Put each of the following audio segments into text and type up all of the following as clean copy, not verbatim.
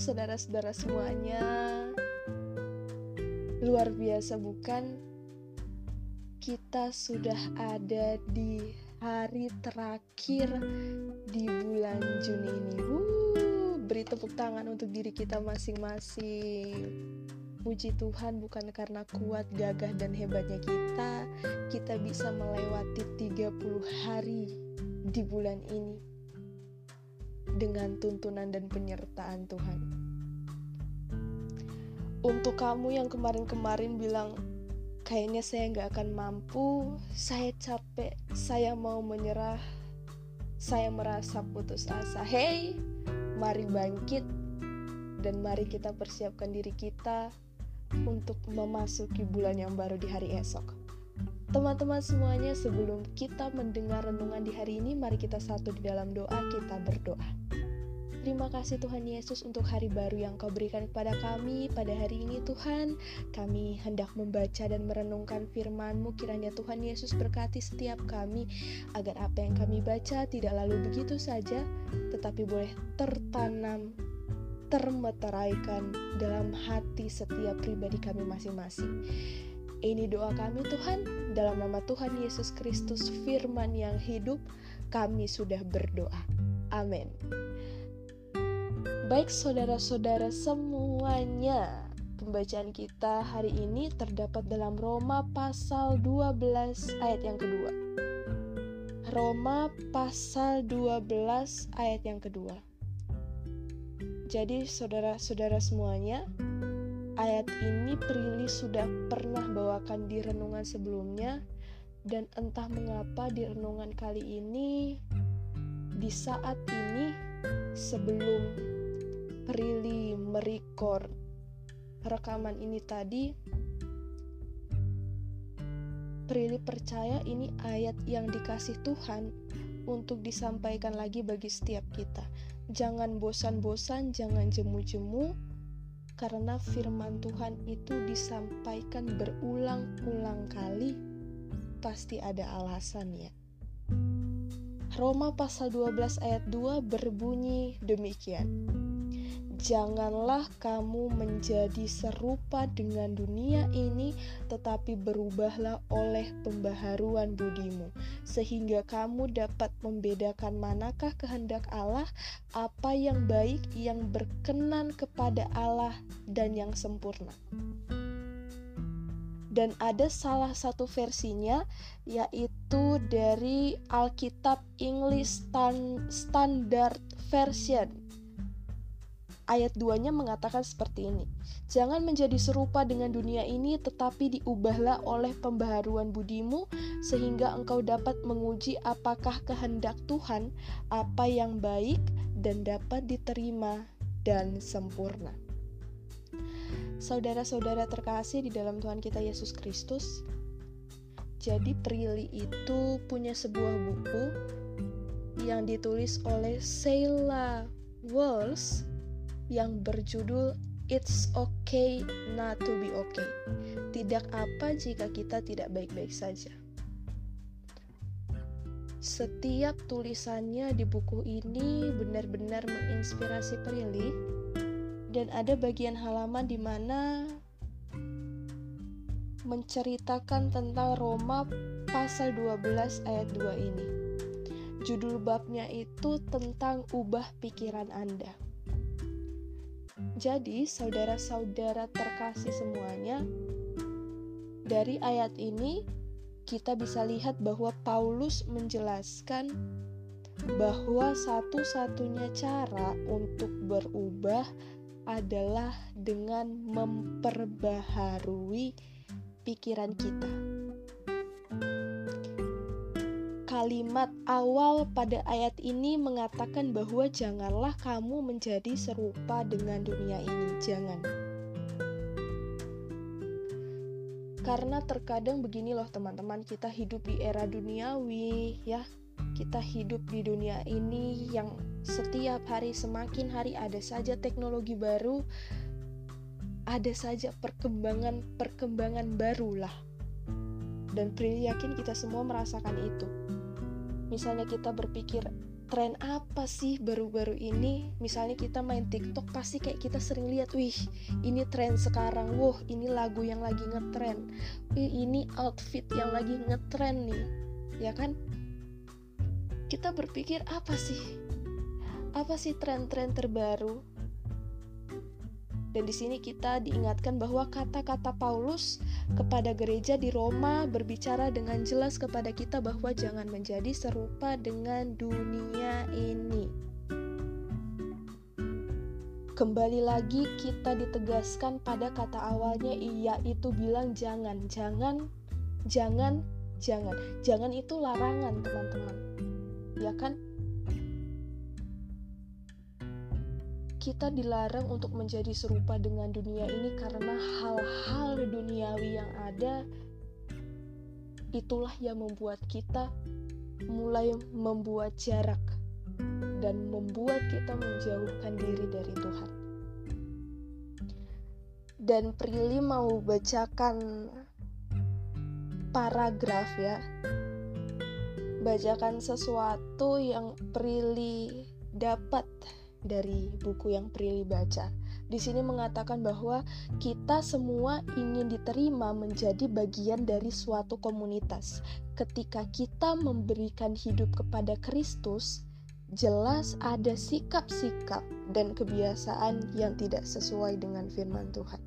saudara-saudara semuanya. Luar biasa bukan? Kita sudah ada di hari terakhir di bulan Juni ini. Beri tepuk tangan untuk diri kita masing-masing. Puji Tuhan, bukan karena kuat, gagah, dan hebatnya kita bisa melewati 30 hari di bulan ini dengan tuntunan dan penyertaan Tuhan. Untuk kamu yang kemarin-kemarin bilang, kayaknya saya gak akan mampu, saya capek, saya mau menyerah, saya merasa putus asa. Hey, mari bangkit dan mari kita persiapkan diri kita untuk memasuki bulan yang baru di hari esok. Teman-teman semuanya, sebelum kita mendengar renungan di hari ini, mari kita satu di dalam doa, kita berdoa. Terima kasih Tuhan Yesus untuk hari baru yang Kau berikan kepada kami pada hari ini Tuhan. Kami hendak membaca dan merenungkan firman-Mu, kiranya Tuhan Yesus berkati setiap kami, agar apa yang kami baca tidak lalu begitu saja, tetapi boleh tertanam, termeteraikan dalam hati setiap pribadi kami masing-masing. Ini doa kami Tuhan, dalam nama Tuhan Yesus Kristus, firman yang hidup, kami sudah berdoa. Amin. Baik saudara-saudara semuanya, pembacaan kita hari ini terdapat dalam Roma pasal 12 ayat yang kedua. Roma pasal 12 ayat yang kedua. Jadi saudara-saudara semuanya, ayat ini Prilly sudah pernah bawakan di renungan sebelumnya, dan entah mengapa di renungan kali ini, di saat ini sebelum Prilly merecord rekaman ini tadi, Prilly percaya ini ayat yang dikasih Tuhan untuk disampaikan lagi bagi setiap kita. Jangan bosan-bosan, jangan jemu-jemu, karena firman Tuhan itu disampaikan berulang-ulang kali, pasti ada alasannya. Roma pasal 12 ayat 2 berbunyi demikian. Janganlah kamu menjadi serupa dengan dunia ini, tetapi berubahlah oleh pembaharuan budimu, sehingga kamu dapat membedakan manakah kehendak Allah, apa yang baik, yang berkenan kepada Allah, dan yang sempurna. Dan ada salah satu versinya, yaitu dari Alkitab English Standard Version. Ayat 2-nya mengatakan seperti ini. Jangan menjadi serupa dengan dunia ini, tetapi diubahlah oleh pembaharuan budimu, sehingga engkau dapat menguji apakah kehendak Tuhan, apa yang baik dan dapat diterima dan sempurna. Saudara-saudara terkasih di dalam Tuhan kita Yesus Kristus, jadi Prilly itu punya sebuah buku yang ditulis oleh Sheila Walsh yang berjudul It's Okay Not to Be Okay. Tidak apa jika kita tidak baik-baik saja. Setiap tulisannya di buku ini benar-benar menginspirasi Prilly, dan ada bagian halaman di mana menceritakan tentang Roma pasal 12 ayat 2 ini. Judul babnya itu tentang ubah pikiran Anda. Jadi, saudara-saudara terkasih semuanya, dari ayat ini kita bisa lihat bahwa Paulus menjelaskan bahwa satu-satunya cara untuk berubah adalah dengan memperbaharui pikiran kita. Kalimat awal pada ayat ini mengatakan bahwa janganlah kamu menjadi serupa dengan dunia ini. Jangan. Karena terkadang begini loh teman-teman, kita hidup di era duniawi ya. Kita hidup di dunia ini yang setiap hari semakin hari ada saja teknologi baru, ada saja perkembangan baru lah. Dan Prilly yakin kita semua merasakan itu. Misalnya kita berpikir, tren apa sih baru-baru ini. Misalnya kita main TikTok, pasti kayak kita sering lihat, wih ini tren sekarang, wah ini lagu yang lagi ngetren, ini outfit yang lagi ngetren nih, ya kan? Kita berpikir apa sih tren-tren terbaru? Dan di sini kita diingatkan bahwa kata-kata Paulus kepada gereja di Roma berbicara dengan jelas kepada kita bahwa jangan menjadi serupa dengan dunia ini. Kembali lagi kita ditegaskan pada kata awalnya, yaitu bilang jangan. Jangan itu larangan, teman-teman. Ya kan? Kita dilarang untuk menjadi serupa dengan dunia ini karena hal-hal duniawi yang ada itulah yang membuat kita mulai membuat jarak dan membuat kita menjauhkan diri dari Tuhan. Dan Prilly mau bacakan paragraf ya. Bacakan sesuatu yang Prilly dapat dari buku yang Prilly baca. Di sini mengatakan bahwa kita semua ingin diterima menjadi bagian dari suatu komunitas. Ketika kita memberikan hidup kepada Kristus, jelas ada sikap-sikap dan kebiasaan yang tidak sesuai dengan firman Tuhan.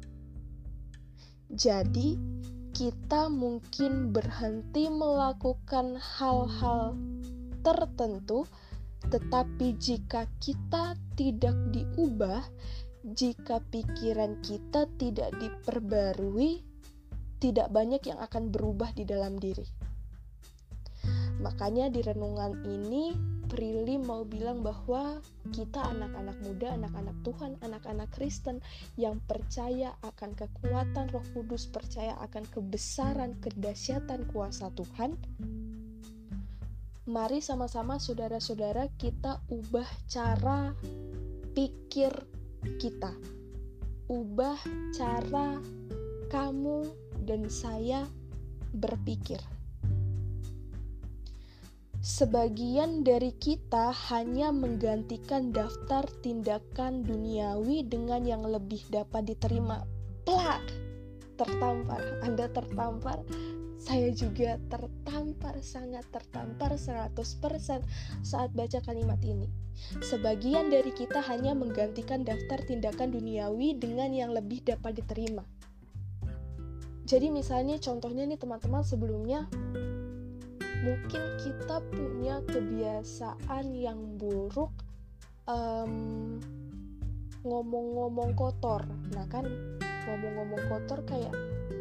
Jadi, kita mungkin berhenti melakukan hal-hal tertentu, tetapi jika kita tidak diubah, jika pikiran kita tidak diperbarui, tidak banyak yang akan berubah di dalam diri. Makanya di renungan ini Prilly mau bilang bahwa kita anak-anak muda, anak-anak Tuhan, anak-anak Kristen yang percaya akan kekuatan Roh Kudus, percaya akan kebesaran, kedahsyatan kuasa Tuhan. Mari sama-sama saudara-saudara kita ubah cara pikir kita. Ubah cara kamu dan saya berpikir. Sebagian dari kita hanya menggantikan daftar tindakan duniawi dengan yang lebih dapat diterima. Plak! Tertampar. Anda tertampar. Saya juga tertampar, sangat tertampar 100% saat baca kalimat ini. Sebagian dari kita hanya menggantikan daftar tindakan duniawi dengan yang lebih dapat diterima. Jadi misalnya contohnya nih teman-teman, sebelumnya mungkin kita punya kebiasaan yang buruk, ngomong-ngomong kotor. Nah kan ngomong-ngomong kotor kayak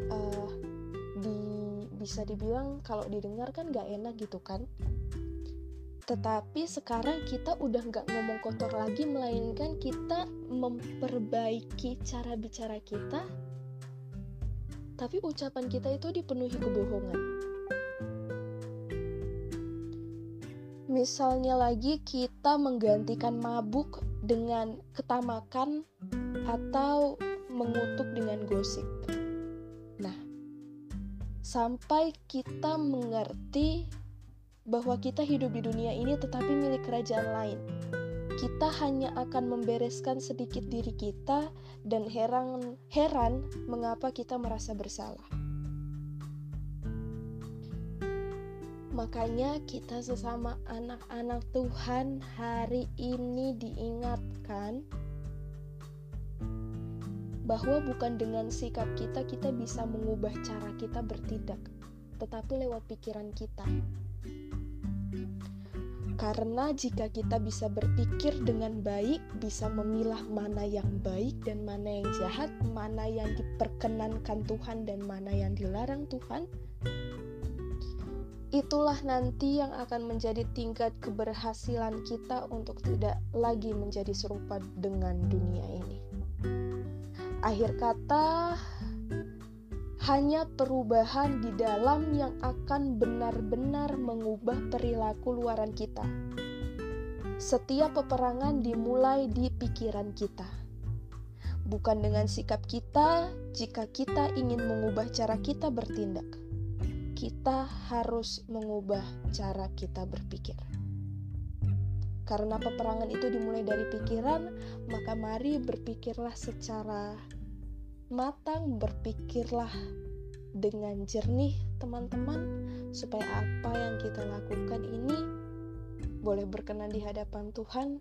bisa dibilang kalau didengar kan gak enak gitu kan. Tetapi sekarang kita udah gak ngomong kotor lagi, melainkan kita memperbaiki cara bicara kita, tapi ucapan kita itu dipenuhi kebohongan. Misalnya lagi kita menggantikan mabuk dengan ketamakan atau mengutuk dengan gosip. Nah, sampai kita mengerti bahwa kita hidup di dunia ini tetapi milik kerajaan lain. Kita hanya akan membereskan sedikit diri kita dan heran mengapa kita merasa bersalah. Makanya kita sesama anak-anak Tuhan hari ini diingatkan bahwa bukan dengan sikap kita bisa mengubah cara kita bertindak, tetapi lewat pikiran kita. Karena jika kita bisa berpikir dengan baik, bisa memilah mana yang baik dan mana yang jahat, mana yang diperkenankan Tuhan dan mana yang dilarang Tuhan, itulah nanti yang akan menjadi tingkat keberhasilan kita untuk tidak lagi menjadi serupa dengan dunia ini. Akhir kata, hanya perubahan di dalam yang akan benar-benar mengubah perilaku luaran kita. Setiap peperangan dimulai di pikiran kita. Bukan dengan sikap kita, jika kita ingin mengubah cara kita bertindak. Kita harus mengubah cara kita berpikir. Karena peperangan itu dimulai dari pikiran, maka mari berpikirlah secara matang, berpikirlah dengan jernih teman-teman, supaya apa yang kita lakukan ini boleh berkenan di hadapan Tuhan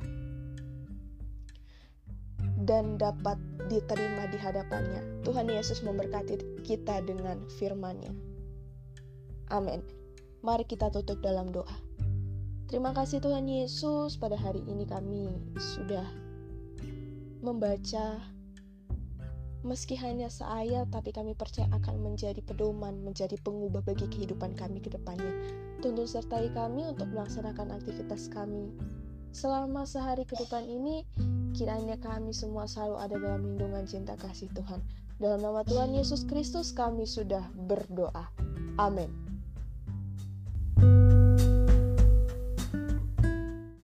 dan dapat diterima di hadapannya. Tuhan Yesus memberkati kita dengan firman-Nya. Amin. Mari kita tutup dalam doa. Terima kasih Tuhan Yesus, pada hari ini kami sudah membaca meski hanya seayat, tapi kami percaya akan menjadi pedoman, menjadi pengubah bagi kehidupan kami ke depannya. Tuntun sertai kami untuk melaksanakan aktivitas kami selama sehari ke depan ini. Kiranya kami semua selalu ada dalam lindungan cinta kasih Tuhan. Dalam nama Tuhan Yesus Kristus kami sudah berdoa. Amin.